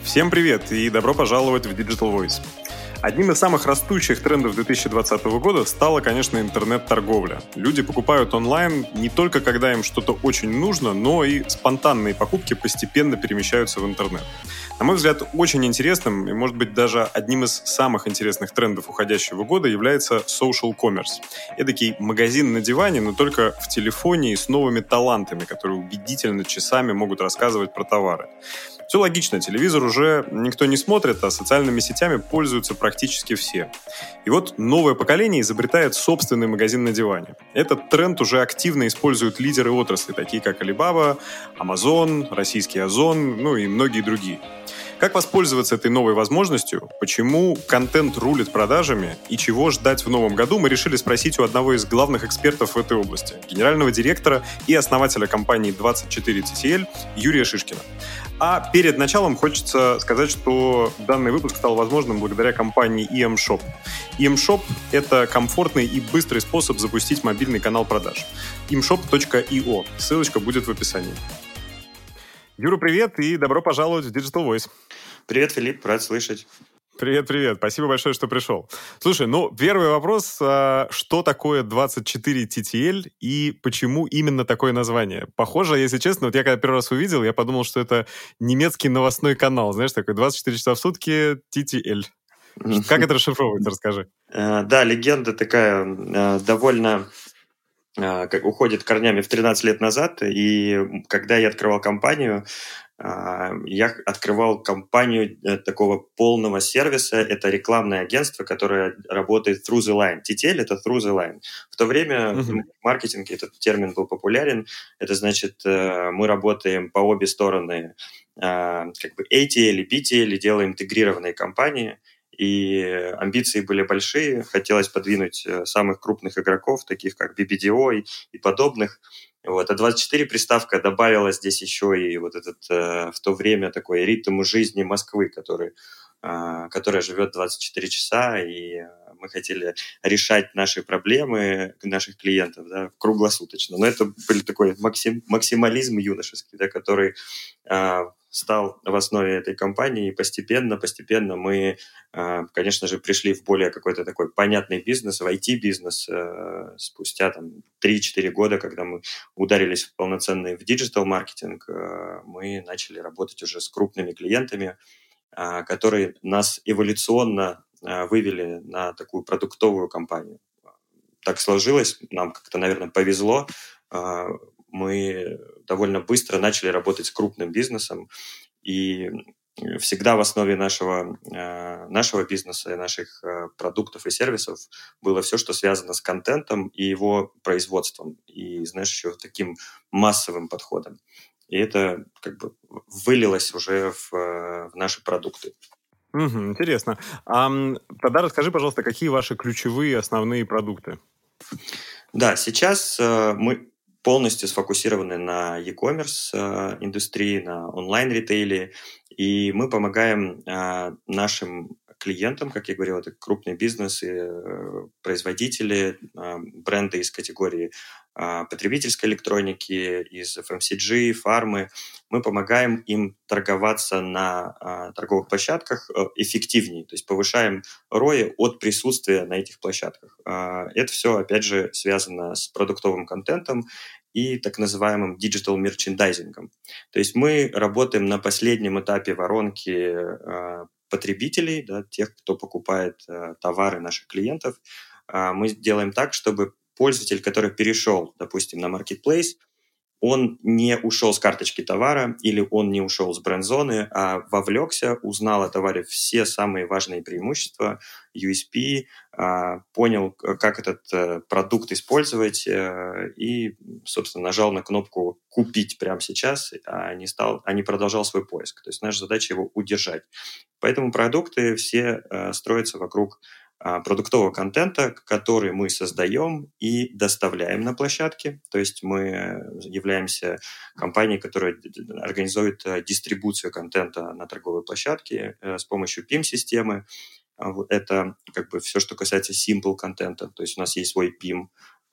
Всем привет и добро пожаловать в Digital Voice. Одним из самых растущих трендов 2020 года стала, конечно, интернет-торговля. Люди покупают онлайн не только когда им что-то очень нужно, но и спонтанные покупки постепенно перемещаются в интернет. На мой взгляд, очень интересным и, может быть, даже одним из самых интересных трендов уходящего года является social commerce. Эдакий магазин на диване, но только в телефоне и с новыми талантами, которые убедительно часами могут рассказывать про товары. Все логично, телевизор уже никто не смотрит, а социальными сетями пользуются практически все. И вот новое поколение изобретает собственный магазин на диване. Этот тренд уже активно используют лидеры отрасли, такие как Alibaba, Amazon, российский Озон, ну и многие другие. Как воспользоваться этой новой возможностью, почему контент рулит продажами и чего ждать в новом году, мы решили спросить у одного из главных экспертов в этой области, генерального директора и основателя компании 24TTL Юрия Шишкина. А перед началом хочется сказать, что данный выпуск стал возможным благодаря компании EMShop. EMShop – это комфортный и быстрый способ запустить мобильный канал продаж. emshop.io. Ссылочка будет в описании. Юра, привет и добро пожаловать в Digital Voice. Привет, Филипп, рад слышать. Привет. Спасибо большое, что пришел. Слушай, первый вопрос. Что такое 24TTL и почему именно такое название? Похоже, если честно, вот я когда первый раз увидел, я подумал, что это немецкий новостной канал. Знаешь, такой 24 часа в сутки TTL. Как это расшифровывается, расскажи. Да, легенда такая довольно уходит корнями в 13 лет назад. И когда я открывал компанию, я открывал компанию такого полного сервиса. Это рекламное агентство, которое работает through the line. TTL – это through the line. В то время в маркетинге этот термин был популярен. Это значит, мы работаем по обе стороны как бы ATL и BTL, и делаем интегрированные компании. И амбиции были большие. Хотелось подвинуть самых крупных игроков, таких как BBDO и подобных. Вот. А 24 приставка добавила здесь еще и вот этот в то время такой ритм жизни Москвы, которая живет 24 часа, и мы хотели решать наши проблемы наших клиентов, да, круглосуточно. Но это был такой максимализм юношеский, да, который стал в основе этой компании, и постепенно мы, конечно же, пришли в более какой-то такой понятный бизнес, в IT-бизнес спустя 3-4 года, когда мы ударились в полноценный в диджитал-маркетинг, мы начали работать уже с крупными клиентами, которые нас эволюционно вывели на такую продуктовую компанию. Так сложилось, нам как-то, наверное, повезло. Мы довольно быстро начали работать с крупным бизнесом, и всегда в основе нашего бизнеса и наших продуктов и сервисов было все, что связано с контентом и его производством, и, знаешь, еще таким массовым подходом. И это как бы вылилось уже в наши продукты. Интересно. Тогда расскажи, пожалуйста, какие ваши ключевые основные продукты? Да, сейчас мы полностью сфокусированы на e-commerce индустрии, на онлайн-ритейле, и мы помогаем нашим клиентам, как я говорил, это крупные бизнесы, производители, бренды из категории потребительской электроники, из FMCG, фармы. Мы помогаем им торговаться на торговых площадках эффективнее, то есть повышаем ROI от присутствия на этих площадках. Это все, опять же, связано с продуктовым контентом и так называемым digital мерчендайзингом. То есть мы работаем на последнем этапе воронки потребителей, да, тех, кто покупает товары наших клиентов. Мы делаем так, чтобы пользователь, который перешел, допустим, на Marketplace, он не ушел с карточки товара или он не ушел с бренд-зоны, а вовлекся, узнал о товаре все самые важные преимущества, USP, понял, как этот продукт использовать и, собственно, нажал на кнопку «Купить прямо сейчас», а не продолжал свой поиск. То есть наша задача его удержать. Поэтому продукты все строятся вокруг продуктового контента, который мы создаем и доставляем на площадке. То есть мы являемся компанией, которая организует дистрибуцию контента на торговой площадке с помощью PIM-системы. Это как бы все, что касается simple контента. То есть у нас есть свой PIM.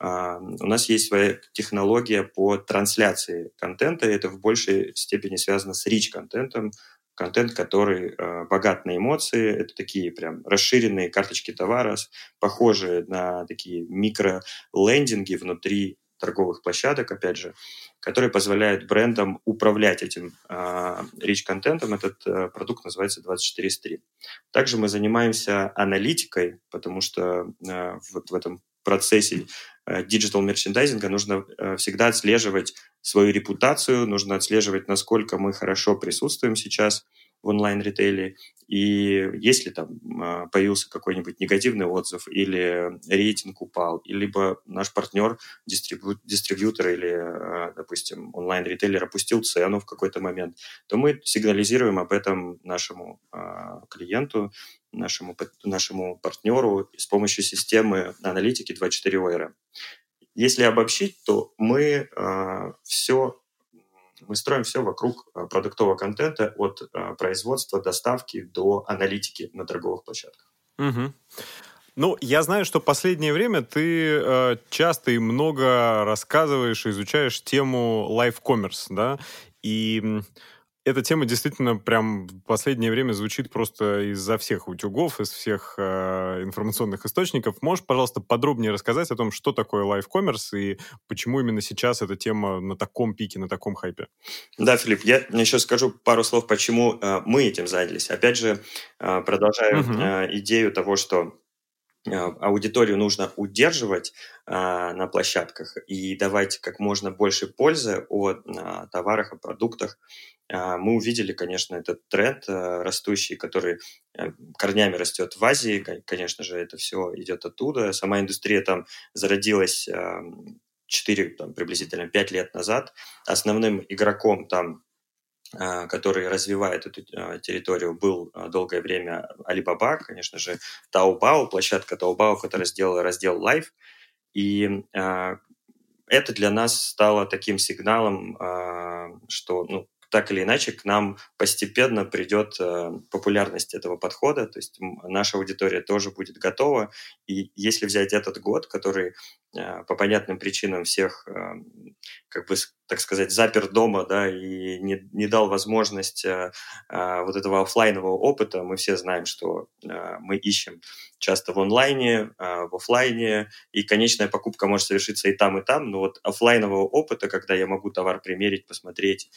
У нас есть своя технология по трансляции контента. Это в большей степени связано с rich контентом. контент, который богат на эмоции. Это такие прям расширенные карточки товара, похожие на такие микролендинги внутри торговых площадок, опять же, которые позволяют брендам управлять этим rich-контентом. Этот продукт называется 24 из 3. Также мы занимаемся аналитикой, потому что вот в этом процессе диджитал-мерчендайзинга нужно всегда отслеживать свою репутацию, нужно отслеживать, насколько мы хорошо присутствуем сейчас в онлайн-ритейле, и если там появился какой-нибудь негативный отзыв или рейтинг упал, либо наш партнер, дистрибьютор или, допустим, онлайн-ритейлер опустил цену в какой-то момент, то мы сигнализируем об этом нашему клиенту, нашему партнеру с помощью системы аналитики 24 ORM. Если обобщить, то мы строим все вокруг продуктового контента от производства, доставки до аналитики на торговых площадках. Угу. Ну, я знаю, что в последнее время ты часто и много рассказываешь, изучаешь тему live-commerce, да, и эта тема действительно прям в последнее время звучит просто изо всех утюгов, из всех информационных источников. Можешь, пожалуйста, подробнее рассказать о том, что такое live-commerce и почему именно сейчас эта тема на таком пике, на таком хайпе? Да, Филипп, я еще скажу пару слов, почему мы этим занялись. Опять же, продолжаю идею того, что аудиторию нужно удерживать на площадках и давать как можно больше пользы о товарах, о продуктах. Мы увидели, конечно, этот тренд растущий, который корнями растет в Азии. Конечно же, это все идет оттуда. Сама индустрия там зародилась 4, приблизительно 5 лет назад. Основным игроком там, который развивает эту территорию, был долгое время Alibaba, конечно же, Taobao, площадка Taobao, которая сделала раздел Live. И это для нас стало таким сигналом, что так или иначе к нам постепенно придет популярность этого подхода, то есть наша аудитория тоже будет готова. И если взять этот год, который по понятным причинам всех, так сказать, запер дома, да, и не дал возможность вот этого офлайнового опыта, мы все знаем, что мы ищем часто в онлайне, в офлайне, и конечная покупка может совершиться и там, но вот офлайнового опыта, когда я могу товар примерить, посмотреть,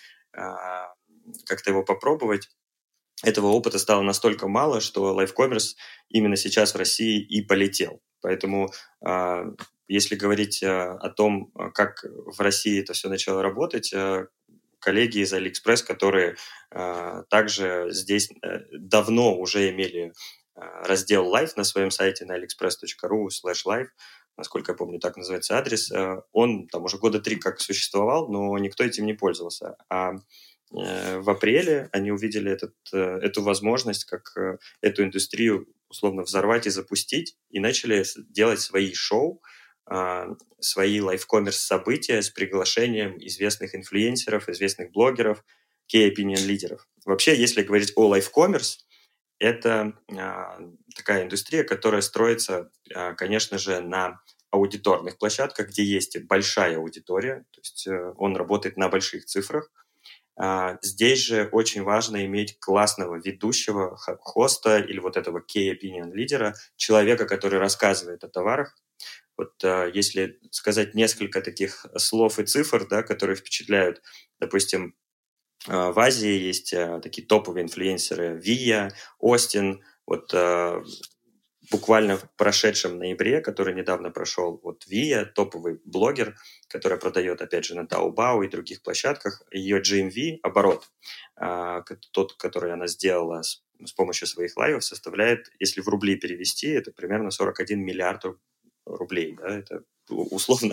как-то его попробовать, этого опыта стало настолько мало, что лайв-коммерс именно сейчас в России и полетел. Поэтому если говорить о том, как в России это все начало работать, коллеги из AliExpress, которые также здесь давно уже имели раздел Live на своем сайте на aliexpress.ru/live, насколько я помню, так называется адрес, он там уже года 3 как существовал, но никто этим не пользовался. А в апреле они увидели эту возможность, как эту индустрию условно взорвать и запустить, и начали делать свои шоу, свои лайв-коммерс события с приглашением известных инфлюенсеров, известных блогеров, key opinion лидеров. Вообще, если говорить о лайв-коммерс, это такая индустрия, которая строится, конечно же, на аудиторных площадках, где есть большая аудитория, то есть он работает на больших цифрах. Здесь же очень важно иметь классного ведущего, хоста или вот этого key opinion лидера, человека, который рассказывает о товарах. Вот если сказать несколько таких слов и цифр, да, которые впечатляют, допустим, в Азии есть такие топовые инфлюенсеры Вия, Остин, вот буквально в прошедшем ноябре, который недавно прошел, вот Вия, топовый блогер, которая продает, опять же, на Taobao и других площадках, ее GMV, оборот, тот, который она сделала с помощью своих лайвов, составляет, если в рубли перевести, это примерно 41 миллиард рублей. Да, это условно.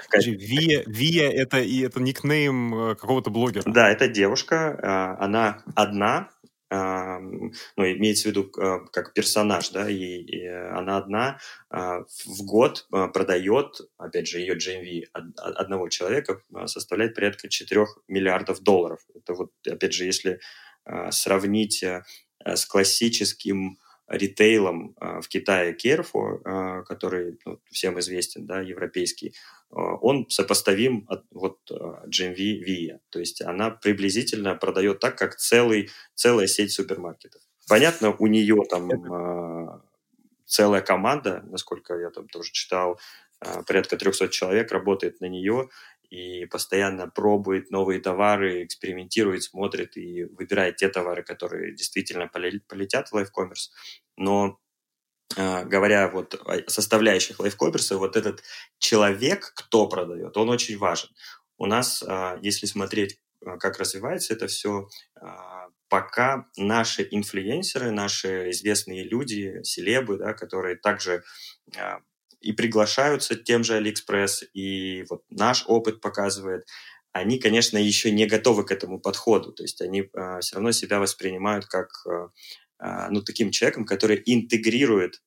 Вия это никнейм какого-то блогера. Да, это девушка, она одна, имеется в виду как персонаж, да, и она одна в год продает, опять же, ее GMV одного человека составляет порядка 4 миллиардов долларов. Это вот, опять же, если сравнить с классическим ритейлом в Китае Carrefour, который всем известен, да, европейский, он сопоставим GMV Via. То есть она приблизительно продает так, как целая сеть супермаркетов. Понятно, у нее там целая команда, насколько я там тоже читал, порядка 300 человек работает на нее и постоянно пробует новые товары, экспериментирует, смотрит и выбирает те товары, которые действительно полетят в лайфкоммерс. Но говоря вот о составляющих лайфкоммерса, вот этот человек, кто продает, он очень важен. У нас, если смотреть, как развивается это все, пока наши инфлюенсеры, наши известные люди, селебы, да, которые также и приглашаются тем же Алиэкспресс, и вот наш опыт показывает, они, конечно, еще не готовы к этому подходу. То есть они все равно себя воспринимают как таким человеком, который интегрирует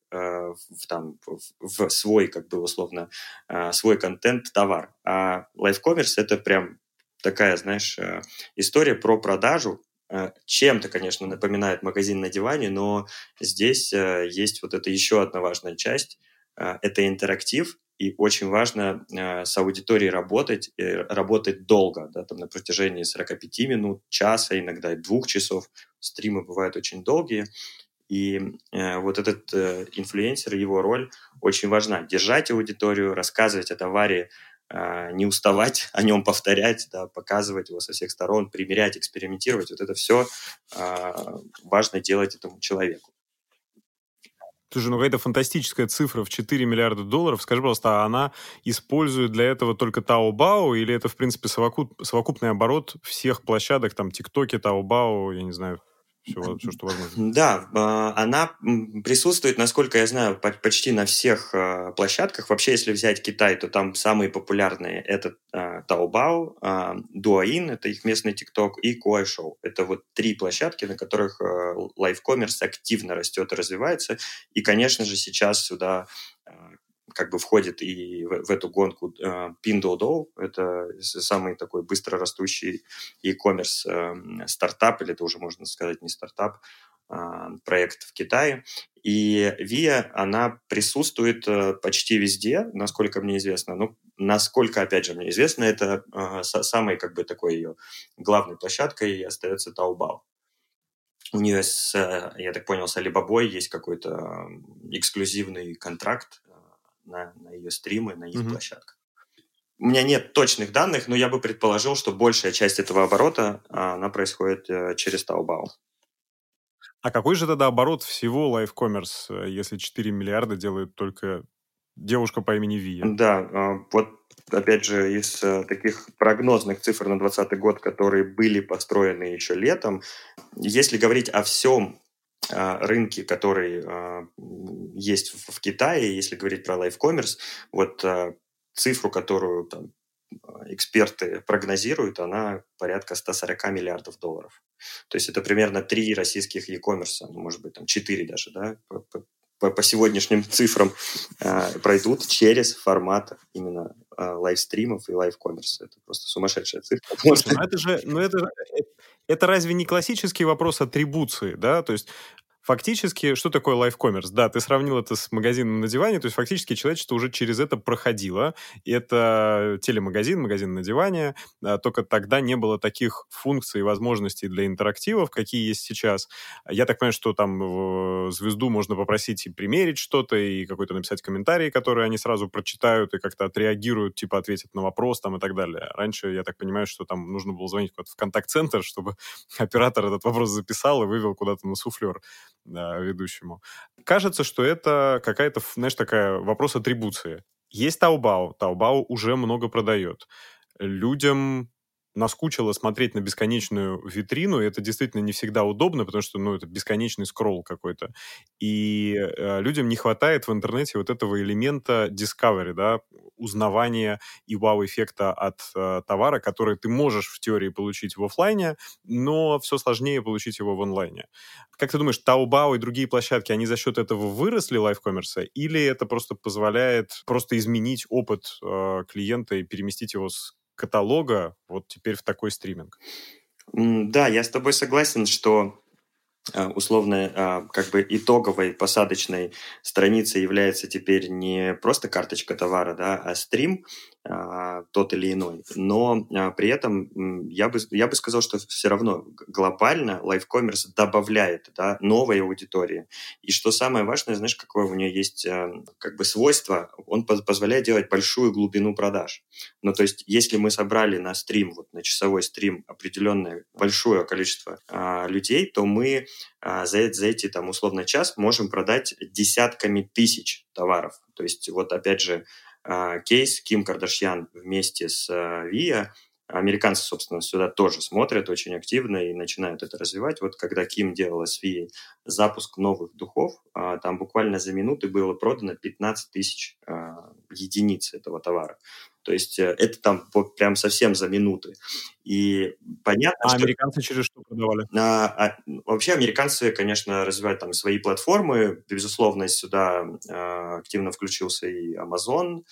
в свой, как бы условно, свой контент товар. А лайфкоммерс – это прям такая, знаешь, история про продажу. Чем-то, конечно, напоминает магазин на диване, но здесь есть вот эта еще одна важная часть – это интерактив, и очень важно с аудиторией работать долго, да, там на протяжении 45 минут, часа, иногда и 2 часов. Стримы бывают очень долгие, и вот этот инфлюенсер, его роль очень важна. Держать аудиторию, рассказывать о товаре, не уставать о нем повторять, да, показывать его со всех сторон, примерять, экспериментировать. Вот это все важно делать этому человеку. Слушай, какая-то фантастическая цифра в $4 миллиарда. Скажи, пожалуйста, а она использует для этого только Taobao, или это, в принципе, совокупный оборот всех площадок, там, ТикТоки, Taobao, я не знаю, все, что возможно? Да, она присутствует, насколько я знаю, почти на всех площадках. Вообще, если взять Китай, то там самые популярные – это Taobao, Douyin – это их местный ТикТок, и Kuaishou. Это вот 3 площадки, на которых лайфкоммерс активно растет и развивается. И, конечно же, сейчас сюда как бы входит и в эту гонку Pinduoduo. Это самый такой быстро растущий e-commerce стартап, или это уже можно сказать не стартап, проект в Китае. И Via, она присутствует почти везде, насколько мне известно. Ну, насколько, опять же, мне известно, это самой как бы такой ее главной площадкой остается Taobao. У нее, я так понял, с Alibaba есть какой-то эксклюзивный контракт на ее стримы, на их площадках. У меня нет точных данных, но я бы предположил, что большая часть этого оборота, она происходит через Taobao. А какой же тогда оборот всего лайфкоммерс, если 4 миллиарда делает только девушка по имени Вия? Да, вот опять же из таких прогнозных цифр на 2020 год, которые были построены еще летом, если говорить о всем рынке, который есть в Китае, если говорить про лайфкоммерс, вот цифру, которую там эксперты прогнозируют, она порядка $140 миллиардов. То есть это примерно 3 российских e-commerce, может быть, там 4 даже, да, по сегодняшним цифрам пройдут через формат именно лайвстримов и лайвкоммерса. Это просто сумасшедшая цифра. Слушай, это разве не классический вопрос атрибуции, да? То есть фактически, что такое лайфкоммерс? Да, ты сравнил это с магазином на диване, то есть фактически человечество уже через это проходило. Это телемагазин, магазин на диване, только тогда не было таких функций и возможностей для интерактивов, какие есть сейчас. Я так понимаю, что там звезду можно попросить и примерить что-то, и какой-то написать комментарий, который они сразу прочитают и как-то отреагируют, типа ответят на вопрос там и так далее. Раньше, я так понимаю, что там нужно было звонить куда-то в контакт-центр, чтобы оператор этот вопрос записал и вывел куда-то на суфлер ведущему. Кажется, что это какая-то, знаешь, такая вопрос атрибуции. Есть Taobao. Taobao уже много продает. Людям наскучило смотреть на бесконечную витрину, и это действительно не всегда удобно, потому что, это бесконечный скролл какой-то. И людям не хватает в интернете вот этого элемента discovery, да, узнавания и вау-эффекта от товара, который ты можешь в теории получить в офлайне, но все сложнее получить его в онлайне. Как ты думаешь, Taobao и другие площадки, они за счет этого выросли лайфкоммерса, или это просто позволяет просто изменить опыт клиента и переместить его с каталога вот теперь в такой стриминг? Да, я с тобой согласен, что условно, как бы итоговой посадочной страницей является теперь не просто карточка товара, да, а стрим тот или иной. Но при этом я бы сказал, что все равно глобально лайв-коммерс добавляет, да, новой аудитории. И что самое важное, знаешь, какое у нее есть как бы свойство, он позволяет делать большую глубину продаж. Ну, то есть, если мы собрали на стрим, вот на часовой стрим определенное большое количество людей, то мы за эти, там, условно, час можем продать десятками тысяч товаров. То есть, вот опять же, кейс Ким Кардашьян вместе с Виа. Американцы, собственно, сюда тоже смотрят очень активно и начинают это развивать. Вот когда Ким делала с Вией запуск новых духов, там буквально за минуты было продано 15 тысяч единиц этого товара. То есть это там прям совсем за минуты. И понятно, А что... американцы через что продавали? Вообще американцы, конечно, развивают там свои платформы. Безусловно, сюда активно включился и Amazon.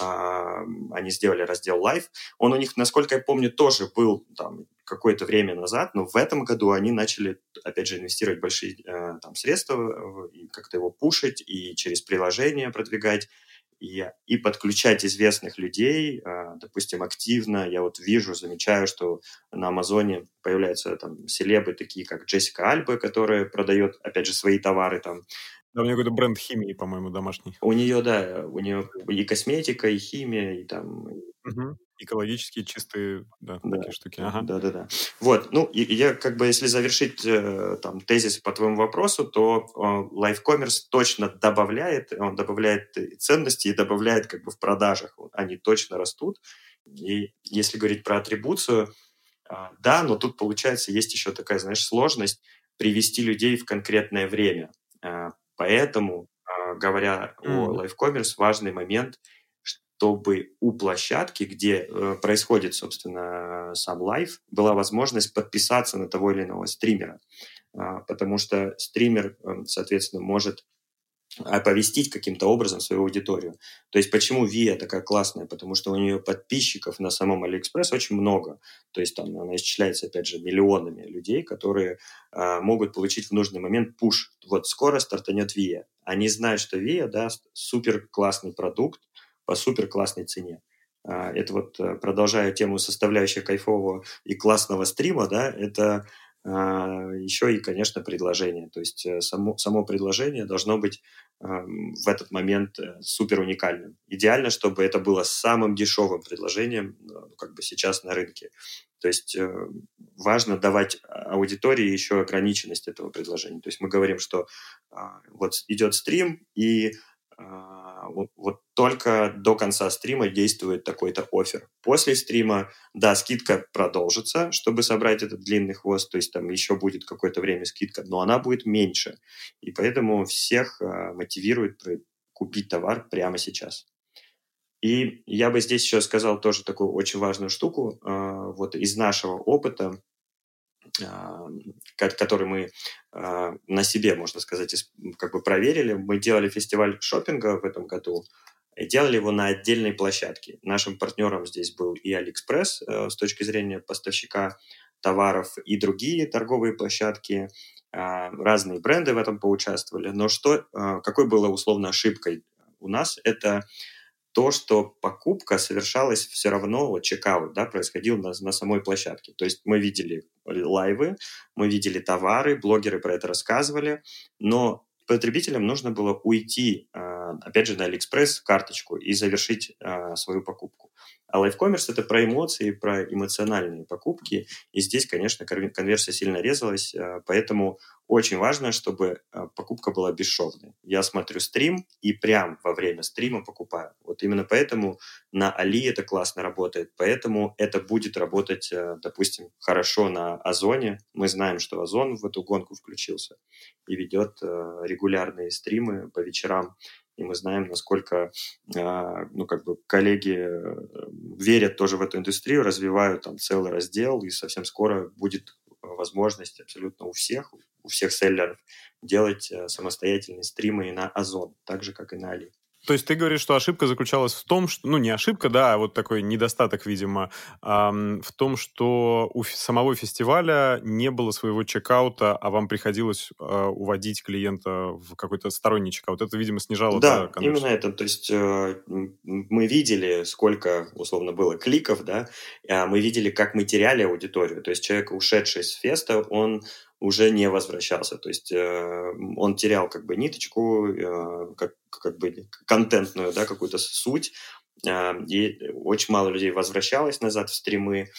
Они сделали раздел Live. Он у них, насколько я помню, тоже был там какое-то время назад, но в этом году они начали, опять же, инвестировать большие там средства, и как-то его пушить, и через приложение продвигать, и подключать известных людей, допустим, активно. Я вот вижу, замечаю, что на Амазоне появляются там селебы, такие как Джессика Альба, которая продает, опять же, свои товары там. Да, у меня какой-то бренд химии, по-моему, домашний. У нее, да, у нее и косметика, и химия, и там... Мгм. Экологические, чистые, да, Да, такие штуки. Ага. да. Вот, ну, и я как бы, если завершить там тезис по твоему вопросу, то лайв-коммерс точно добавляет, он добавляет и ценности, и добавляет как бы в продажах. Вот они точно растут. И если говорить про атрибуцию, да, но тут, получается, есть еще такая, знаешь, сложность привести людей в конкретное время. Поэтому, говоря о М. лайв-коммерс, важный момент, чтобы у площадки, где происходит, собственно, сам лайв, была возможность подписаться на того или иного стримера. Потому что стример, соответственно, может оповестить каким-то образом свою аудиторию. То есть почему Вия такая классная? Потому что у нее подписчиков на самом Алиэкспресс очень много. То есть там она исчисляется, опять же, миллионами людей, которые могут получить в нужный момент пуш. Вот скоро стартанет Вия. Они знают, что Вия даст супер классный продукт по супер классной цене. Это вот, продолжая тему составляющих кайфового и классного стрима, да, это еще и, конечно, предложение. То есть само предложение должно быть в этот момент супер уникальным. Идеально, чтобы это было самым дешевым предложением как бы сейчас на рынке. То есть важно давать аудитории еще ограниченность этого предложения. То есть мы говорим, что вот идет стрим, и вот только до конца стрима действует такой-то оффер. После стрима, да, скидка продолжится, чтобы собрать этот длинный хвост, то есть там еще будет какое-то время скидка, но она будет меньше. И поэтому всех мотивирует купить товар прямо сейчас. И я бы здесь еще сказал тоже такую очень важную штуку. Вот из нашего опыта, который мы на себе, можно сказать, как бы проверили. Мы делали фестиваль шопинга в этом году, и делали его на отдельной площадке. Нашим партнером здесь был и Алиэкспресс с точки зрения поставщика товаров, и другие торговые площадки, разные бренды в этом поучаствовали. Но какой была условно ошибкой у нас, это то, что покупка совершалась все равно, вот чекаут, да, происходил на самой площадке. То есть мы видели лайвы, мы видели товары, блогеры про это рассказывали, но потребителям нужно было уйти, опять же, на Алиэкспресс карточку и завершить свою покупку. А лайв-коммерс – это про эмоции, про эмоциональные покупки, и здесь, конечно, конверсия сильно резалась, поэтому очень важно, чтобы покупка была бесшовной. Я смотрю стрим и прям во время стрима покупаю. Вот именно поэтому на Али это классно работает, поэтому это будет работать, допустим, хорошо на Озоне. Мы знаем, что Озон в эту гонку включился и ведет регулярные стримы по вечерам. И мы знаем, насколько ну, как бы коллеги верят тоже в эту индустрию, развивают там целый раздел, и совсем скоро будет возможность абсолютно у всех селлеров делать самостоятельные стримы и на Озон, так же, как и на Али. То есть ты говоришь, что ошибка заключалась в том, что... Ну, не ошибка, да, а вот такой недостаток, видимо, в том, что у самого фестиваля не было своего чекаута, а вам приходилось уводить клиента в какой-то сторонний чекаут. Это, видимо, снижало, да, Да, именно конверсию? это. То есть мы видели, сколько условно было кликов, да, мы видели, как мы теряли аудиторию. То есть человек, ушедший с феста, он уже не возвращался. То есть он терял как бы ниточку, как бы контентную, да, какую-то суть. И очень мало людей возвращалось назад в стримы,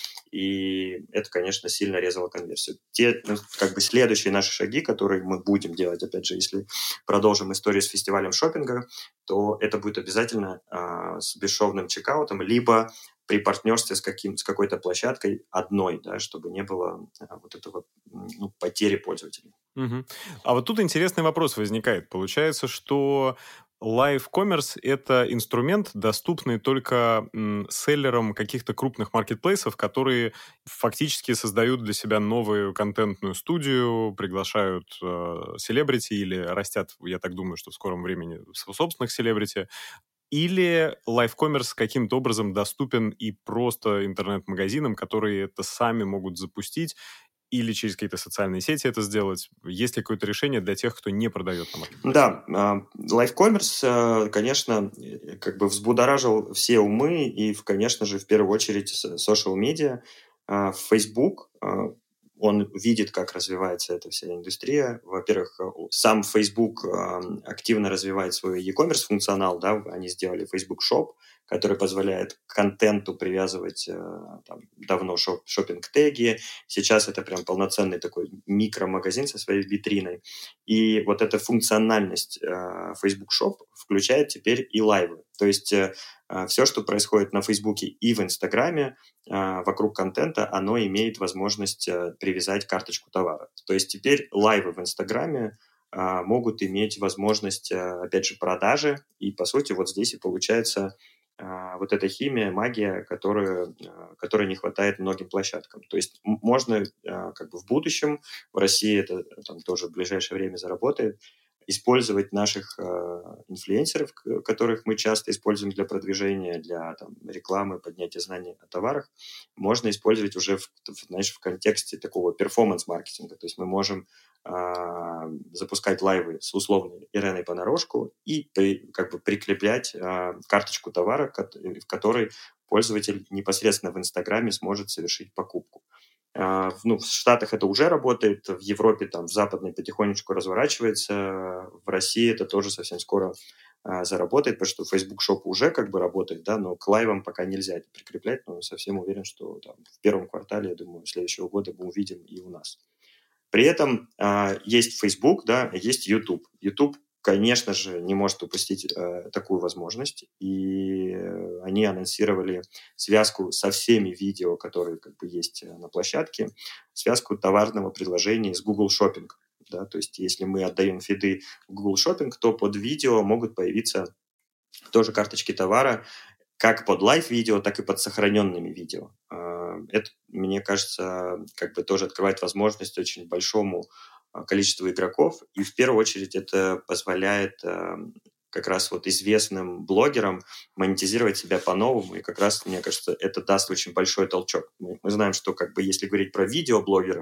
и это, конечно, сильно резало конверсию. Те, как бы, следующие наши шаги, которые мы будем делать, опять же, если продолжим историю с фестивалем шопинга, то это будет обязательно с бесшовным чекаутом, либо при партнерстве с какой-то площадкой одной, да, чтобы не было вот этого потери пользователей. Мгм. А вот тут интересный вопрос возникает. Получается, что Live-commerce — это инструмент, доступный только селлерам каких-то крупных маркетплейсов, которые фактически создают для себя новую контентную студию, приглашают селебрити или растят, я так думаю, что в скором времени собственных селебрити. Или Live-commerce каким-то образом доступен и просто интернет-магазинам, которые это сами могут запустить, или через какие-то социальные сети это сделать? Есть ли какое-то решение для тех, кто не продает на маркетплейсе? Да, лайв-коммерс, конечно, как бы взбудоражил все умы и, конечно же, в первую очередь social медиа. Facebook, он видит, как развивается эта вся индустрия. Во-первых, сам Facebook активно развивает свой e-commerce функционал, да, они сделали Facebook Shop, который позволяет к контенту привязывать там, давно шопинг-теги. Сейчас это прям полноценный такой микромагазин со своей витриной. И вот эта функциональность Facebook Shop включает теперь и лайвы. То есть все, что происходит на Фейсбуке и в Инстаграме вокруг контента, оно имеет возможность привязать карточку товара. То есть теперь лайвы в Инстаграме могут иметь возможность, опять же, продажи. И, по сути, вот здесь и получается вот эта химия, магия, которой не хватает многим площадкам. То есть можно как бы в будущем, в России это там тоже в ближайшее время заработает, использовать наших инфлюенсеров, которых мы часто используем для продвижения, для там, рекламы, поднятия знаний о товарах, можно использовать уже в контексте такого перформанс-маркетинга. То есть мы можем запускать лайвы с условной Иреной понарошку и как бы прикреплять карточку товара, в которой пользователь непосредственно в Инстаграме сможет совершить покупку. В Штатах это уже работает, в Европе, там, в Западной потихонечку разворачивается, в России это тоже совсем скоро заработает, потому что Facebook Shop уже как бы работает, да, но к лайвам пока нельзя это прикреплять, но совсем уверен, что там, в первом квартале, я думаю, следующего года мы увидим и у нас. При этом есть Facebook, да, есть YouTube. YouTube, конечно же, не может упустить такую возможность, и они анонсировали связку со всеми видео, которые как бы есть на площадке, связку товарного предложения с Google Shopping. Да, то есть если мы отдаем фиды в Google Shopping, то под видео могут появиться тоже карточки товара, как под лайв-видео, так и под сохраненными видео. Это, мне кажется, как бы тоже открывает возможность очень большому количеству игроков, и в первую очередь это позволяет как раз вот известным блогерам монетизировать себя по-новому, и как раз, мне кажется, это даст очень большой толчок. Мы знаем, что как бы если говорить про видеоблогеров,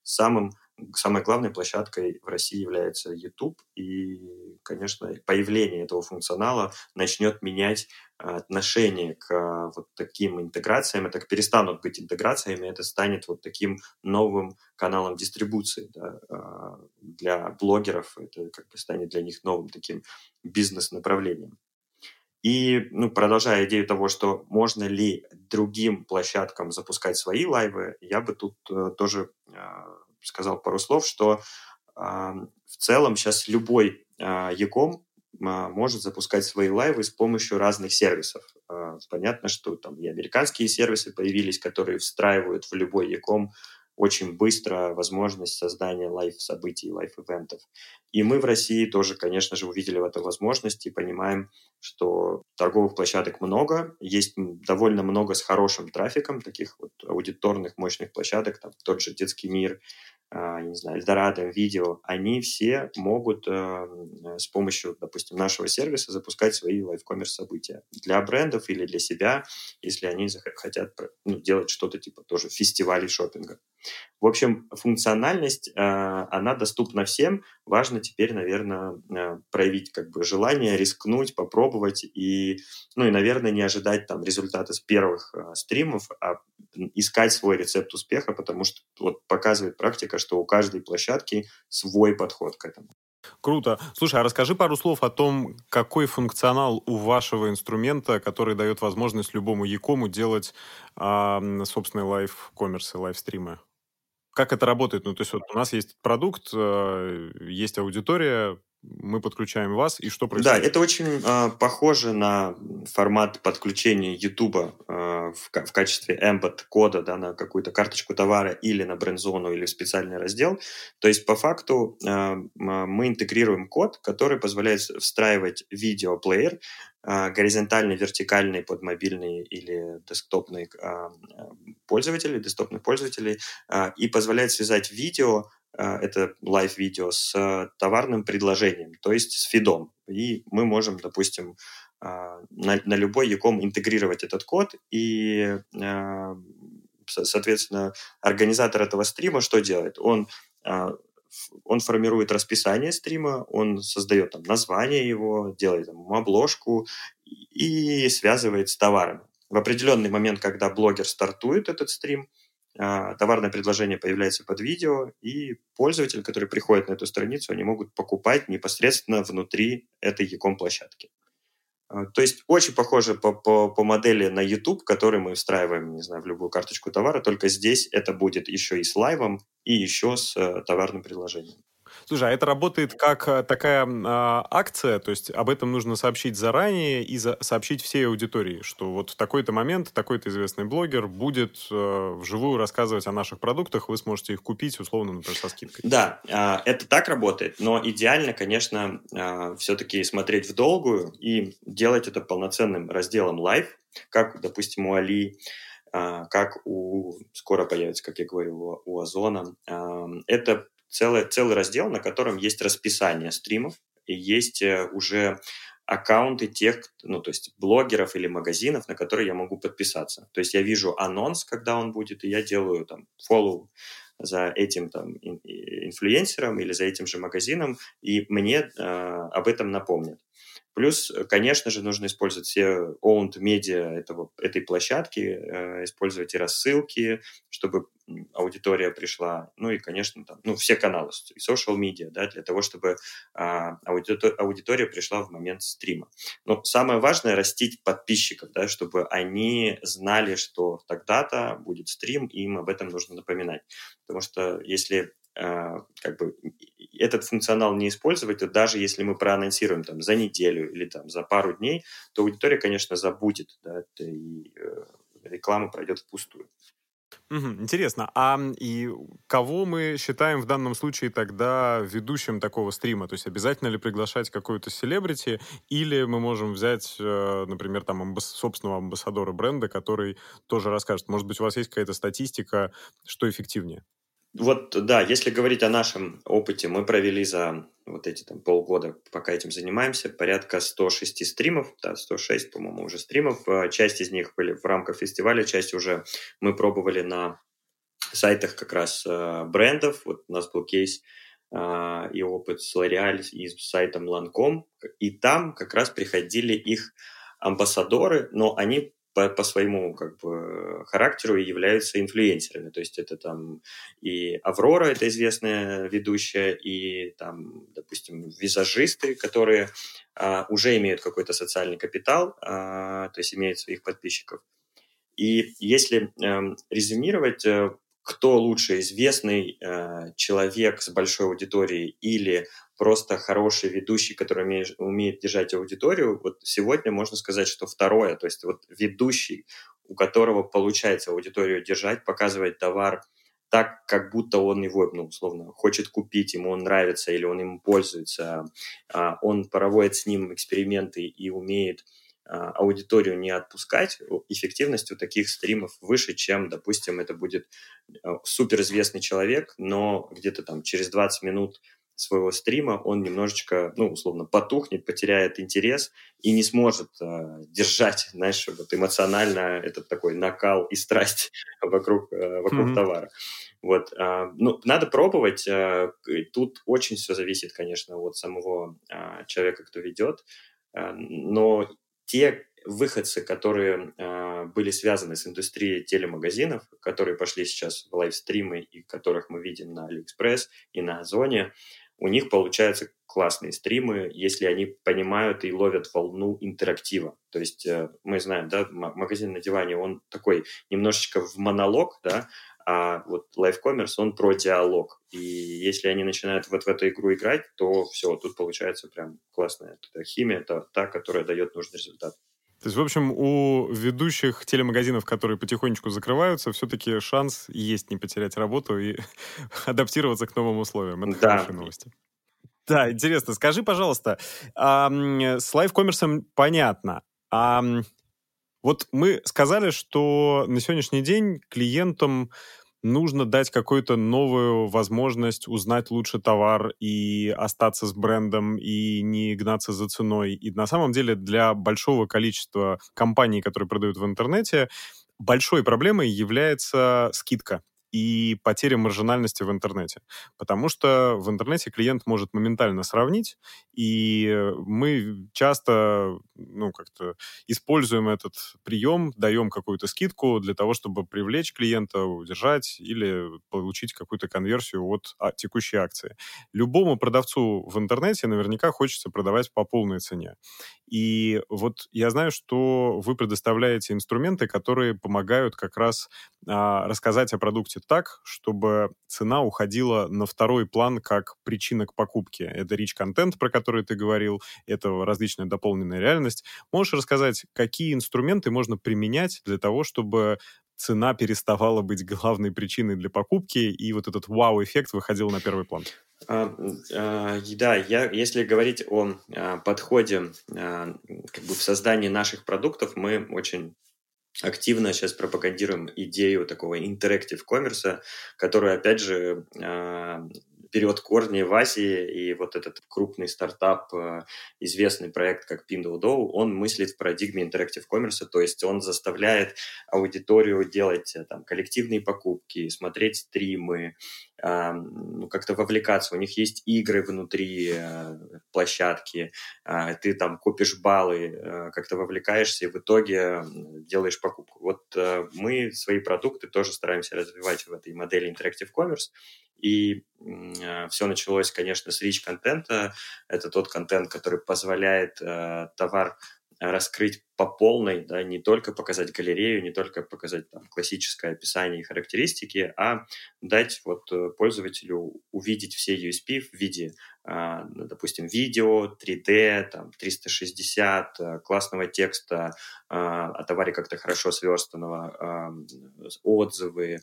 самой главной площадкой в России является YouTube, и, конечно, появление этого функционала начнет менять отношение к вот таким интеграциям. Это перестанут быть интеграциями, это станет вот таким новым каналом дистрибуции, да, для блогеров. Это как бы станет для них новым таким бизнес-направлением. И, продолжая идею того, что можно ли другим площадкам запускать свои лайвы, я бы тут тоже сказал пару слов, что в целом сейчас любой e-com может запускать свои лайвы с помощью разных сервисов. Понятно, что там и американские сервисы появились, которые встраивают в любой e-com очень быстро возможность создания лайв-событий, лайв-ивентов. И мы в России тоже, конечно же, увидели в этом возможность и понимаем, что торговых площадок много, есть довольно много с хорошим трафиком, таких вот аудиторных мощных площадок, там тот же «Детский мир», не знаю, Эльдорадо, Видео, они все могут с помощью, допустим, нашего сервиса запускать свои лайв-коммерс события для брендов или для себя, если они хотят делать что-то типа тоже фестивалей шопинга. В общем, функциональность, она доступна всем. Важно теперь, наверное, проявить как бы желание, рискнуть, попробовать и, ну и, наверное, не ожидать там результата с первых стримов, а искать свой рецепт успеха, потому что вот показывает практика, что у каждой площадки свой подход к этому. Круто. Слушай, а расскажи пару слов о том, какой функционал у вашего инструмента, который дает возможность любому якому делать собственные лайв-коммерсы, лайв-стримы. Как это работает? Ну, то есть вот у нас есть продукт, есть аудитория, мы подключаем вас, и что Да, происходит? это очень похоже на формат подключения YouTube в качестве embed кода, да, на какую-то карточку товара или на бренд-зону или в специальный раздел. То есть по факту мы интегрируем код, который позволяет встраивать видеоплеер горизонтальный, вертикальный под мобильный или десктопный пользователей, десктопных пользователей, и позволяет связать видео, это лайв-видео, с товарным предложением, то есть с фидом. И мы можем, допустим, на любой Яком интегрировать этот код, и, соответственно, организатор этого стрима что делает? Он формирует расписание стрима, он создает там название его, делает там обложку и связывает с товарами. В определенный момент, когда блогер стартует этот стрим, товарное предложение появляется под видео, и пользователи, которые приходят на эту страницу, они могут покупать непосредственно внутри этой Яком-площадки. То есть очень похоже по модели на YouTube, который мы встраиваем, не знаю, в любую карточку товара, только здесь это будет еще и с лайвом, и еще с товарным предложением. Слушай, а это работает как такая акция, то есть об этом нужно сообщить заранее и сообщить всей аудитории, что вот в такой-то момент такой-то известный блогер будет вживую рассказывать о наших продуктах, вы сможете их купить, условно, например, со скидкой. Да, это так работает, но идеально, конечно, все-таки смотреть в долгую и делать это полноценным разделом лайв, как, допустим, у Али, как скоро появится, как я говорил, у Озона. Это целый раздел, на котором есть расписание стримов, и есть уже аккаунты тех, ну, то есть блогеров или магазинов, на которые я могу подписаться. То есть я вижу анонс, когда он будет, и я делаю там follow за этим там инфлюенсером или за этим же магазином, и мне об этом напомнят. Плюс, конечно же, нужно использовать все owned медиа этой площадки, использовать и рассылки, чтобы аудитория пришла, ну и, конечно, там, ну, все каналы, и social media, да, для того, чтобы аудитория пришла в момент стрима. Но самое важное — растить подписчиков, да, чтобы они знали, что тогда-то будет стрим, и им об этом нужно напоминать. Потому что если как бы этот функционал не использовать, то даже если мы проанонсируем там за неделю или там за пару дней, то аудитория, конечно, забудет, да, и реклама пройдет впустую. Интересно. И кого мы считаем в данном случае тогда ведущим такого стрима? То есть обязательно ли приглашать какую-то селебрити, или мы можем взять, например, там собственного амбассадора бренда, который тоже расскажет? Может быть, у вас есть какая-то статистика, что эффективнее? Вот, да, если говорить о нашем опыте, мы провели за вот эти там полгода, пока этим занимаемся, порядка 106 стримов, да, 106, по-моему, уже стримов. Часть из них были в рамках фестиваля, часть уже мы пробовали на сайтах как раз брендов. Вот у нас был кейс и опыт с L'Oreal и с сайтом Lancome, и там как раз приходили их амбассадоры, но они по своему как бы характеру и являются инфлюенсерами. То есть это там и Аврора, это известная ведущая, и там, допустим, визажисты, которые уже имеют какой-то социальный капитал, то есть имеют своих подписчиков. И если резюмировать, кто лучше, известный человек с большой аудиторией или просто хороший ведущий, который умеет держать аудиторию, вот сегодня можно сказать, что второе, то есть вот ведущий, у которого получается аудиторию держать, показывать товар так, как будто он его, ну, условно, хочет купить, ему он нравится или он им пользуется, он проводит с ним эксперименты и умеет аудиторию не отпускать, эффективность у таких стримов выше, чем, допустим, это будет суперизвестный человек, но где-то там через 20 минут своего стрима он немножечко, условно, потухнет, потеряет интерес и не сможет держать, знаешь, вот эмоционально этот такой накал и страсть вокруг товара. Вот, надо пробовать. Тут очень все зависит, конечно, от самого человека, кто ведет. Но те выходцы, которые были связаны с индустрией телемагазинов, которые пошли сейчас в лайвстримы и которых мы видим на Алиэкспресс и на Озоне, у них получаются классные стримы, если они понимают и ловят волну интерактива. То есть мы знаем, да, магазин на диване, он такой немножечко в монолог, да, а вот лайв-коммерс, он про диалог. И если они начинают вот в эту игру играть, то все, тут получается прям классная химия, это та, которая дает нужный результат. То есть, в общем, у ведущих телемагазинов, которые потихонечку закрываются, все-таки шанс есть не потерять работу и адаптироваться к новым условиям. Это хорошие новости. Да, интересно. Скажи, пожалуйста, с лайв-коммерсом понятно. Вот мы сказали, что на сегодняшний день клиентам нужно дать какую-то новую возможность узнать лучше товар и остаться с брендом, и не гнаться за ценой. И на самом деле для большого количества компаний, которые продают в интернете, большой проблемой является скидка и потеря маржинальности в интернете. Потому что в интернете клиент может моментально сравнить, и мы часто, как-то используем этот прием, даем какую-то скидку для того, чтобы привлечь клиента, удержать или получить какую-то конверсию от текущей акции. Любому продавцу в интернете наверняка хочется продавать по полной цене. И вот я знаю, что вы предоставляете инструменты, которые помогают как раз рассказать о продукте так, чтобы цена уходила на второй план как причина к покупке. Это rich content, про который ты говорил, это различная дополненная реальность. Можешь рассказать, какие инструменты можно применять для того, чтобы цена переставала быть главной причиной для покупки, и вот этот вау-эффект выходил на первый план? Да, если говорить о подходе как бы в создании наших продуктов, мы очень активно сейчас пропагандируем идею такого interactive коммерса, который, опять же, берет корни в Азии, и вот этот крупный стартап, известный проект, как Pinduoduo, он мыслит в парадигме interactive коммерса, то есть он заставляет аудиторию делать там коллективные покупки, смотреть стримы, как-то вовлекаться. У них есть игры внутри площадки, ты там купишь баллы, как-то вовлекаешься и в итоге делаешь покупку. Вот мы свои продукты тоже стараемся развивать в этой модели Interactive Commerce. И все началось, конечно, с rich-контента. Это тот контент, который позволяет товар раскрыть по полной, да, не только показать галерею, не только показать там классическое описание и характеристики, а дать вот пользователю увидеть все USP в виде, допустим, видео, 3D, там, 360, классного текста, о товаре как-то хорошо сверстанного, отзывы,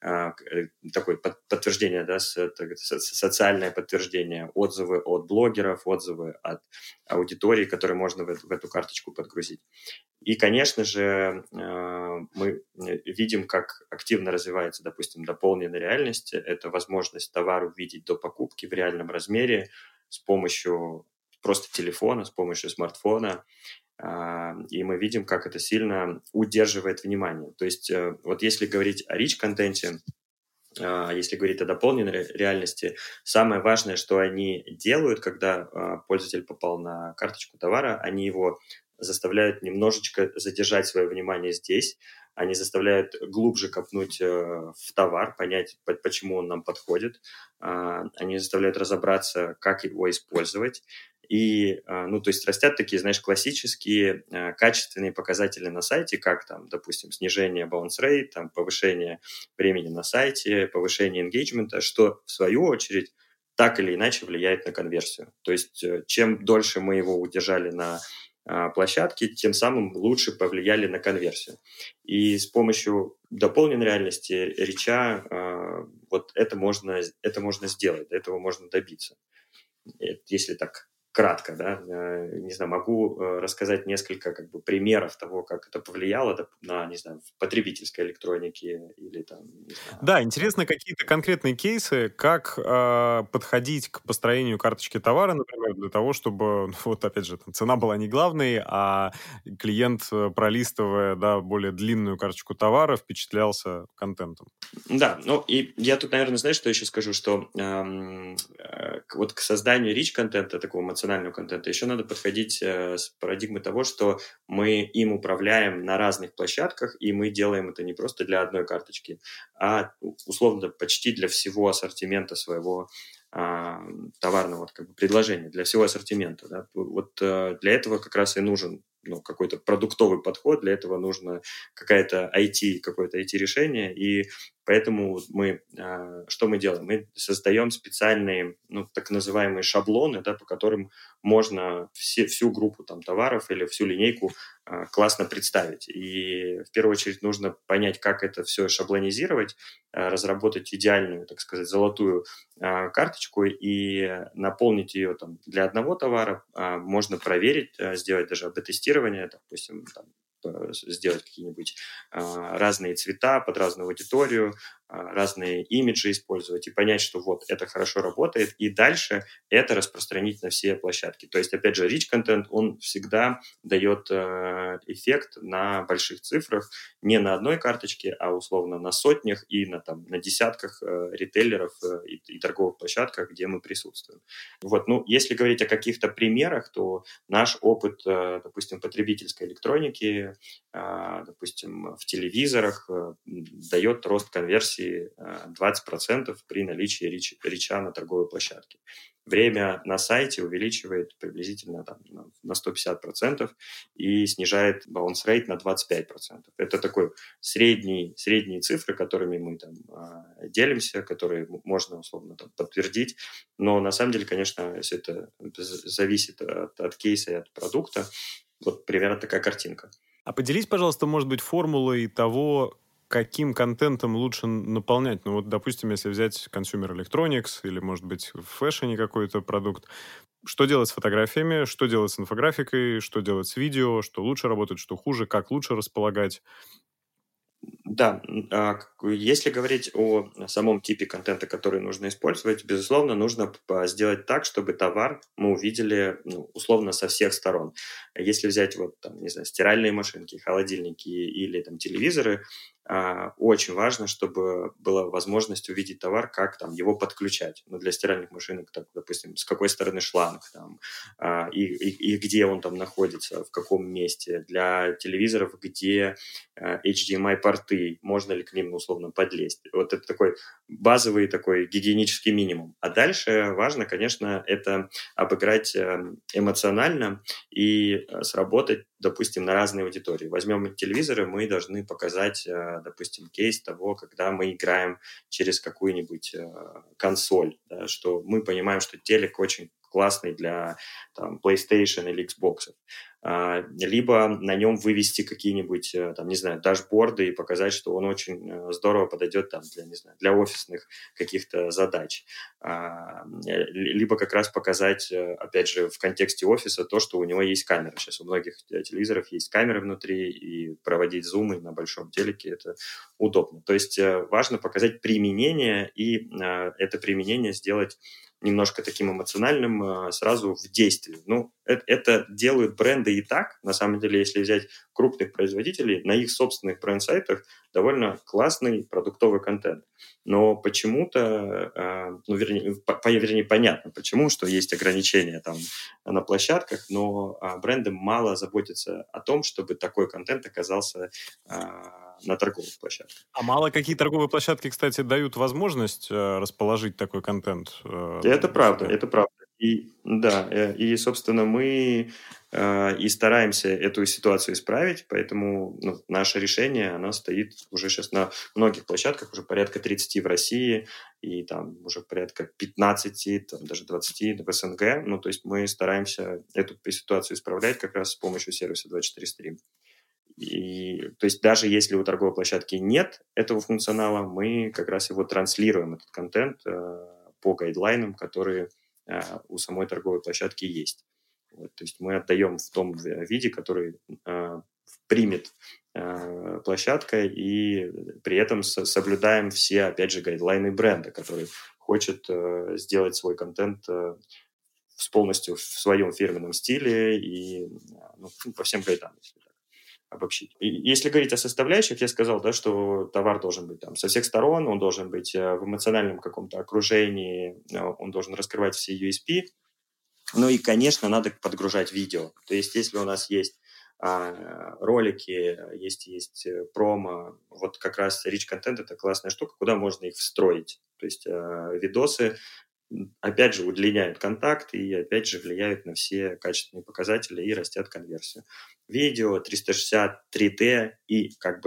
такое подтверждение, да, социальное подтверждение, отзывы от блогеров, отзывы от аудитории, которые можно в эту карточку подгрузить. И, конечно же, мы видим, как активно развивается, допустим, дополненная реальность. Это возможность товар увидеть до покупки в реальном размере с помощью просто телефона, с помощью смартфона. И мы видим, как это сильно удерживает внимание. То есть вот если говорить о rich-контенте, если говорить о дополненной реальности, самое важное, что они делают, когда пользователь попал на карточку товара, они его заставляют немножечко задержать свое внимание здесь, они заставляют глубже копнуть в товар, понять, почему он нам подходит, они заставляют разобраться, как его использовать. И, то есть растят такие, знаешь, классические качественные показатели на сайте, как там, допустим, снижение bounce rate, там, повышение времени на сайте, повышение engagement, что в свою очередь так или иначе влияет на конверсию. То есть чем дольше мы его удержали на площадке, тем самым лучше повлияли на конверсию. И с помощью дополненной реальности, реча, вот это можно сделать, этого можно добиться, если так кратко, да, не знаю, могу рассказать несколько как бы примеров того, как это повлияло на, не знаю, в потребительской электронике или там, не знаю. Да, интересно какие-то конкретные кейсы, как подходить к построению карточки товара, например, для того, чтобы, ну, вот опять же, там, цена была не главной, а клиент, пролистывая, да, более длинную карточку товара, впечатлялся контентом. Да, ну и я тут, наверное, знаешь, что еще скажу, что вот к созданию рич-контента, такого эмоционального контента, еще надо подходить с парадигмы того, что мы им управляем на разных площадках, и мы делаем это не просто для одной карточки, а условно почти для всего ассортимента своего товарного вот, как бы, предложения, для всего ассортимента. Да? Вот для этого как раз и нужен какой-то продуктовый подход, для этого нужно какое-то IT-решение, и поэтому что мы делаем? Мы создаем специальные, так называемые шаблоны, да, по которым можно всю группу там, товаров или всю линейку классно представить. И в первую очередь нужно понять, как это все шаблонизировать, разработать идеальную, так сказать, золотую карточку и наполнить ее там, для одного товара. Можно проверить, сделать даже АБ-тестирование, допустим, там, сделать какие-нибудь разные цвета под разную аудиторию, разные имиджи использовать и понять, что вот это хорошо работает, и дальше это распространить на все площадки. То есть, опять же, rich content, он всегда дает эффект на больших цифрах, не на одной карточке, а условно на сотнях и на десятках ритейлеров и торговых площадках, где мы присутствуем. Вот, если говорить о каких-то примерах, то наш опыт, допустим, потребительской электроники, допустим, в телевизорах дает рост конверсии 20% при наличии рича на торговой площадке. Время на сайте увеличивает приблизительно на 150% и снижает bounce rate на 25%. Это такой средние цифры, которыми мы делимся, которые можно условно подтвердить. Но на самом деле, конечно, все это зависит от кейса и от продукта. Вот примерно такая картинка. А поделись, пожалуйста, может быть, формулой того, каким контентом лучше наполнять. Ну вот, допустим, если взять Consumer Electronics или, может быть, в фэшне какой-то продукт, что делать с фотографиями, что делать с инфографикой, что делать с видео, что лучше работает, что хуже, как лучше располагать. Да, если говорить о самом типе контента, который нужно использовать, безусловно, нужно сделать так, чтобы товар мы увидели, условно, со всех сторон. Если взять не знаю, стиральные машинки, холодильники или телевизоры, очень важно, чтобы была возможность увидеть товар, как его подключать. Для стиральных машинок, допустим, с какой стороны шланг, и где он находится, в каком месте. Для телевизоров, где HDMI-порты, можно ли к ним условно подлезть. Вот это такой базовый такой гигиенический минимум. А дальше важно, конечно, это обыграть эмоционально и сработать, допустим, на разные аудитории. Возьмем телевизоры, мы должны показать, допустим, кейс того, когда мы играем через какую-нибудь консоль, да, что мы понимаем, что телек очень классный для PlayStation или Xbox. Либо на нем вывести какие-нибудь, не знаю, дашборды и показать, что он очень здорово подойдет для офисных каких-то задач. Либо как раз показать, опять же, в контексте офиса то, что у него есть камера. Сейчас у многих телевизоров есть камеры внутри, и проводить зумы на большом телеке – это удобно. То есть важно показать применение, и это применение сделать немножко таким эмоциональным сразу в действии. Это делают бренды и так. На самом деле, если взять крупных производителей, на их собственных бренд-сайтах довольно классный продуктовый контент. Но почему-то, вернее, понятно почему, что есть ограничения на площадках, но бренды мало заботятся о том, чтобы такой контент оказался на торговых площадках. А мало какие торговые площадки, кстати, дают возможность расположить такой контент? Это правда, это правда. И, собственно, мы и стараемся эту ситуацию исправить, поэтому наше решение, оно стоит уже сейчас на многих площадках, уже порядка 30 в России, и уже порядка 15, даже 20 в СНГ. То есть мы стараемся эту ситуацию исправлять как раз с помощью сервиса 24 Stream. И, то есть даже если у торговой площадки нет этого функционала, мы как раз его транслируем, этот контент, по гайдлайнам, которые у самой торговой площадки есть. Вот, то есть мы отдаем в том виде, который примет площадка, и при этом соблюдаем все, опять же, гайдлайны бренда, который хочет сделать свой контент полностью в своем фирменном стиле и по всем гайдам, если так обобщить. И если говорить о составляющих, я сказал, да, что товар должен быть там со всех сторон, он должен быть в эмоциональном каком-то окружении, он должен раскрывать все USP. Ну и, конечно, надо подгружать видео. То есть если у нас есть ролики, есть промо, вот как раз Rich Content – это классная штука, куда можно их встроить. То есть видосы опять же, удлиняют контакт и, опять же, влияют на все качественные показатели и растят конверсию. Видео, 360, 3D и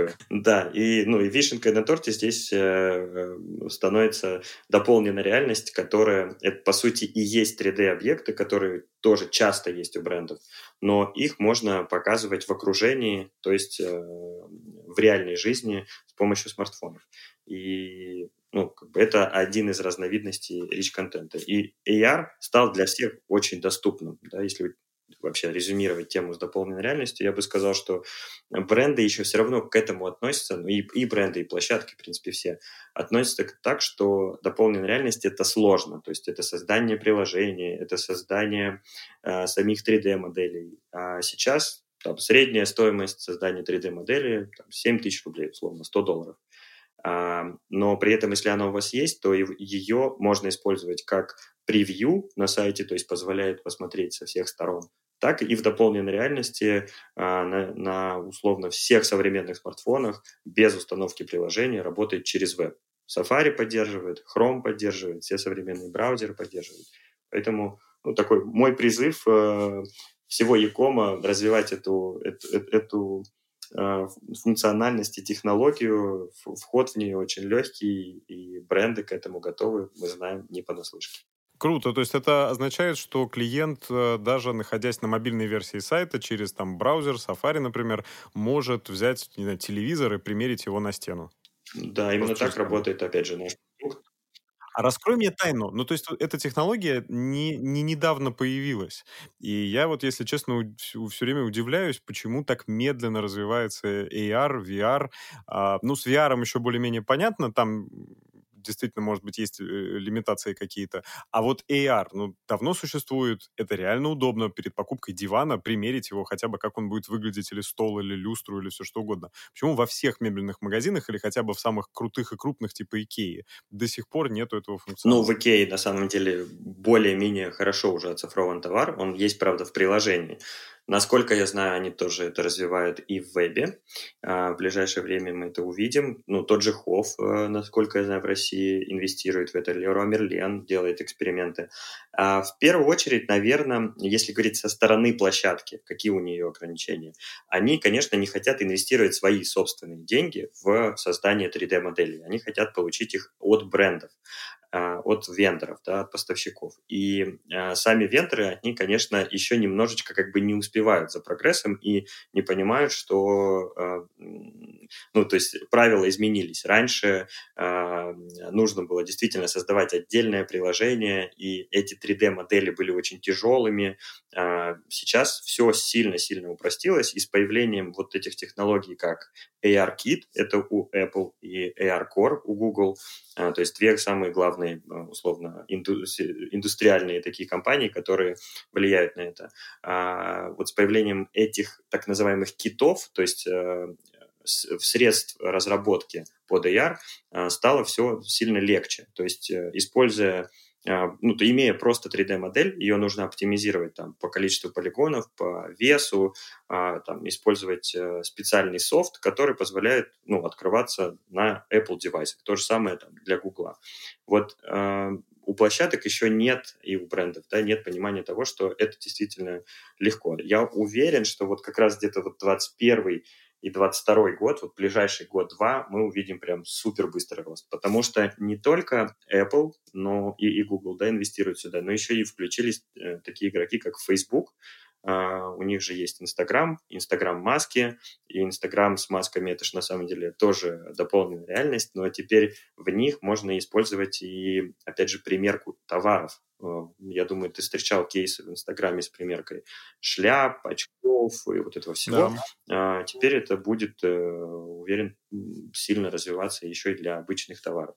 и вишенкой на торте здесь становится дополненная реальность, которая, это, по сути, и есть 3D-объекты, которые тоже часто есть у брендов, но их можно показывать в окружении, то есть в реальной жизни с помощью смартфонов. И это один из разновидностей rich-контента. И AR стал для всех очень доступным. Да, если вообще резюмировать тему с дополненной реальностью, я бы сказал, что бренды еще все равно к этому относятся, и бренды, и площадки, в принципе, все относятся так, что дополненная реальность – это сложно. То есть это создание приложений, это создание самих 3D-моделей. А сейчас средняя стоимость создания 3D-модели 7 тысяч рублей, условно, $100. Но при этом, если она у вас есть, то ее можно использовать как превью на сайте, то есть позволяет посмотреть со всех сторон, так и в дополненной реальности на условно всех современных смартфонах без установки приложения работает через веб. Safari поддерживает, Chrome поддерживает, все современные браузеры поддерживают. Поэтому такой мой призыв всего Якома развивать эту функциональность и технологию, вход в нее очень легкий, и бренды к этому готовы, мы знаем, не понаслышке. Круто. То есть это означает, что клиент, даже находясь на мобильной версии сайта, через браузер, Safari, например, может взять, не знаю, телевизор и примерить его на стену. Да, именно так работает, опять же, наш продукт. А раскрой мне тайну. То есть эта технология не недавно появилась. И я если честно, все время удивляюсь, почему так медленно развивается AR, VR. С VR еще более-менее понятно, там действительно, может быть, есть лимитации какие-то. А вот AR, давно существует, это реально удобно перед покупкой дивана примерить его хотя бы, как он будет выглядеть, или стол, или люстру, или все что угодно. Почему во всех мебельных магазинах или хотя бы в самых крутых и крупных, типа Икеи, до сих пор нету этого функционала? В Икее, на самом деле, более-менее хорошо уже оцифрован товар. Он есть, правда, в приложении. Насколько я знаю, они тоже это развивают и в вебе. В ближайшее время мы это увидим. Тот же Хофф, насколько я знаю, в России инвестирует в это. Леруа Мерлен делает эксперименты. В первую очередь, наверное, если говорить со стороны площадки, какие у нее ограничения, они, конечно, не хотят инвестировать свои собственные деньги в создание 3D-моделей. Они хотят получить их от брендов, от вендоров, от поставщиков. И сами вендоры, они, конечно, еще немножечко не успевают за прогрессом и не понимают, что то есть правила изменились. Раньше нужно было действительно создавать отдельное приложение, и эти 3D-модели были очень тяжелыми. Сейчас все сильно-сильно упростилось, и с появлением вот этих технологий, как ARKit, это у Apple, и ARCore у Google, то есть две самые главные, условно, индустриальные такие компании, которые влияют на это. Вот с появлением этих так называемых китов, то есть средств разработки под AR, стало все сильно легче. То есть используя имея просто 3D-модель, ее нужно оптимизировать по количеству полигонов, по весу, использовать специальный софт, который позволяет открываться на Apple девайсах. То же самое для Google. Вот у площадок еще нет, и у брендов, нет понимания того, что это действительно легко. Я уверен, что как раз где-то 21 и 22 год, ближайший год-два, мы увидим прям супер быстрый рост. Потому что не только Apple, но и Google инвестируют сюда, но еще и включились такие игроки, как Facebook, У них же есть Инстаграм, Инстаграм-маски, и Инстаграм с масками — это же на самом деле тоже дополненная реальность, но теперь в них можно использовать и, опять же, примерку товаров. Я думаю, ты встречал кейсы в Инстаграме с примеркой шляп, очков и вот этого всего. Да. Теперь это будет, уверен, сильно развиваться еще и для обычных товаров.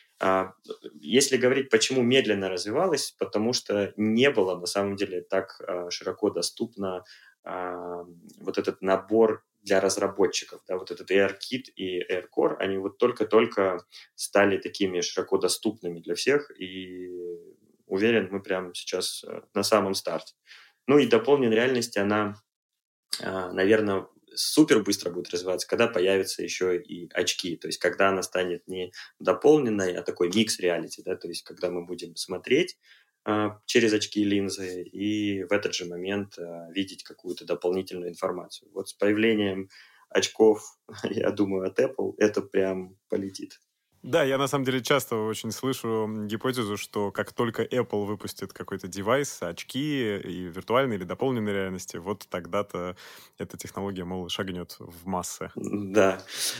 Если говорить, почему медленно развивалось, потому что не было на самом деле так широко доступно вот этот набор для разработчиков. Да, вот этот AirKit и AirCore, они вот только-только стали такими широко доступными для всех, и уверен, мы прямо сейчас на самом старте. Ну и дополненная реальность, она, наверное, супер быстро будет развиваться, когда появятся еще и очки. То есть, когда она станет не дополненной, а такой микс реалити, да, то есть, когда мы будем смотреть через очки и линзы и в этот же момент видеть какую-то дополнительную информацию. Вот с появлением очков, я думаю, от Apple это прям полетит. Да, я на самом деле часто очень слышу гипотезу, что как только Apple выпустит какой-то девайс, очки и виртуальной или дополненной реальности, вот тогда-то эта технология, мол, шагнет в массы. Да.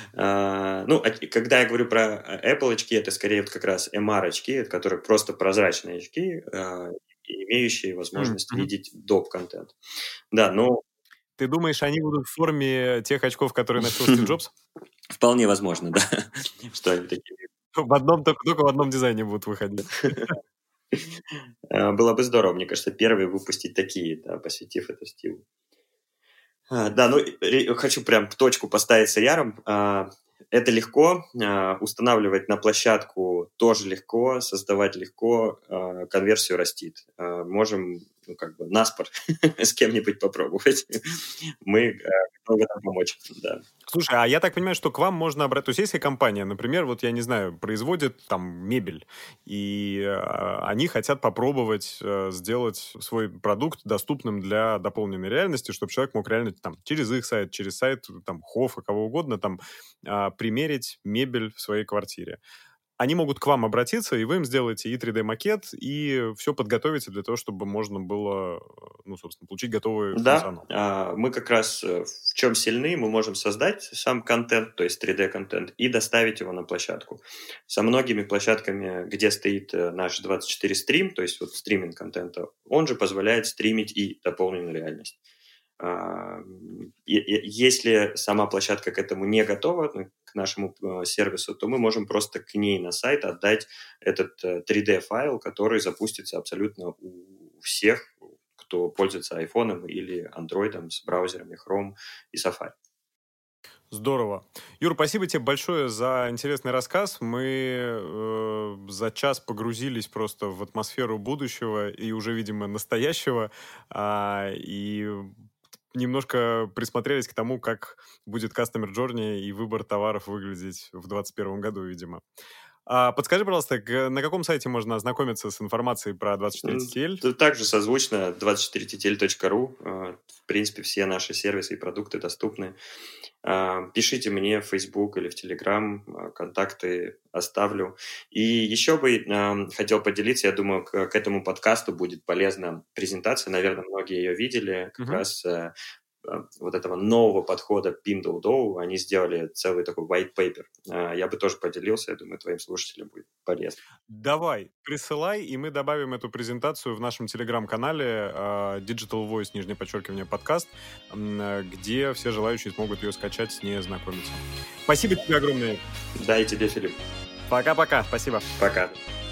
Когда я говорю про Apple очки, это скорее вот как раз MR-очки, которые просто прозрачные очки, имеющие возможность видеть доп-контент. Да, но... Ты думаешь, они будут в форме тех очков, которые носил Стив Джобс? Вполне возможно, да. Что они такие? Только в одном дизайне будут выходить. Было бы здорово, мне кажется, первые выпустить такие, да, посвятив это Стиву. Да, хочу прям точку поставить с AR. Это легко, устанавливать на площадку тоже легко, создавать легко, конверсию растит. Можем, наспор с кем-нибудь попробовать. Мы готовы в этом помочь, да. Слушай, а я так понимаю, что к вам можно обратиться... То есть, если компания, например, вот, я не знаю, производит там мебель, и они хотят попробовать сделать свой продукт доступным для дополненной реальности, чтобы человек мог реально там через их сайт, через сайт там Хоффа, кого угодно, там примерить мебель в своей квартире. Они могут к вам обратиться, и вы им сделаете и 3D-макет, и все подготовите для того, чтобы можно было, собственно, получить готовый функционал. Да, мы как раз в чем сильны, мы можем создать сам контент, то есть 3D-контент, и доставить его на площадку. Со многими площадками, где стоит наш 24 стрим, то есть вот стриминг контента, он же позволяет стримить и дополненную реальность. Если сама площадка к этому не готова, к нашему сервису, то мы можем просто к ней на сайт отдать этот 3D-файл, который запустится абсолютно у всех, кто пользуется айфоном или андроидом с браузерами Chrome и Safari. Здорово. Юр, спасибо тебе большое за интересный рассказ. Мы за час погрузились просто в атмосферу будущего и уже, видимо, настоящего. И немножко присмотрелись к тому, как будет Customer Journey и выбор товаров выглядеть в 2021 году, видимо. Подскажи, пожалуйста, на каком сайте можно ознакомиться с информацией про 24TTL? Также созвучно 24ttl.ru. В принципе, все наши сервисы и продукты доступны. Пишите мне в Facebook или в Telegram, контакты оставлю. И еще бы хотел поделиться, я думаю, к этому подкасту будет полезна презентация, наверное, многие ее видели, как раз вот этого нового подхода Pinduoduo, они сделали целый такой white paper. Я бы тоже поделился, я думаю, твоим слушателям будет полезно. Давай, присылай, и мы добавим эту презентацию в нашем телеграм-канале Digital Voice, _ подкаст, где все желающие смогут ее скачать, с ней ознакомиться. Спасибо тебе огромное. Да, и тебе, Филипп. Пока-пока, спасибо. Пока.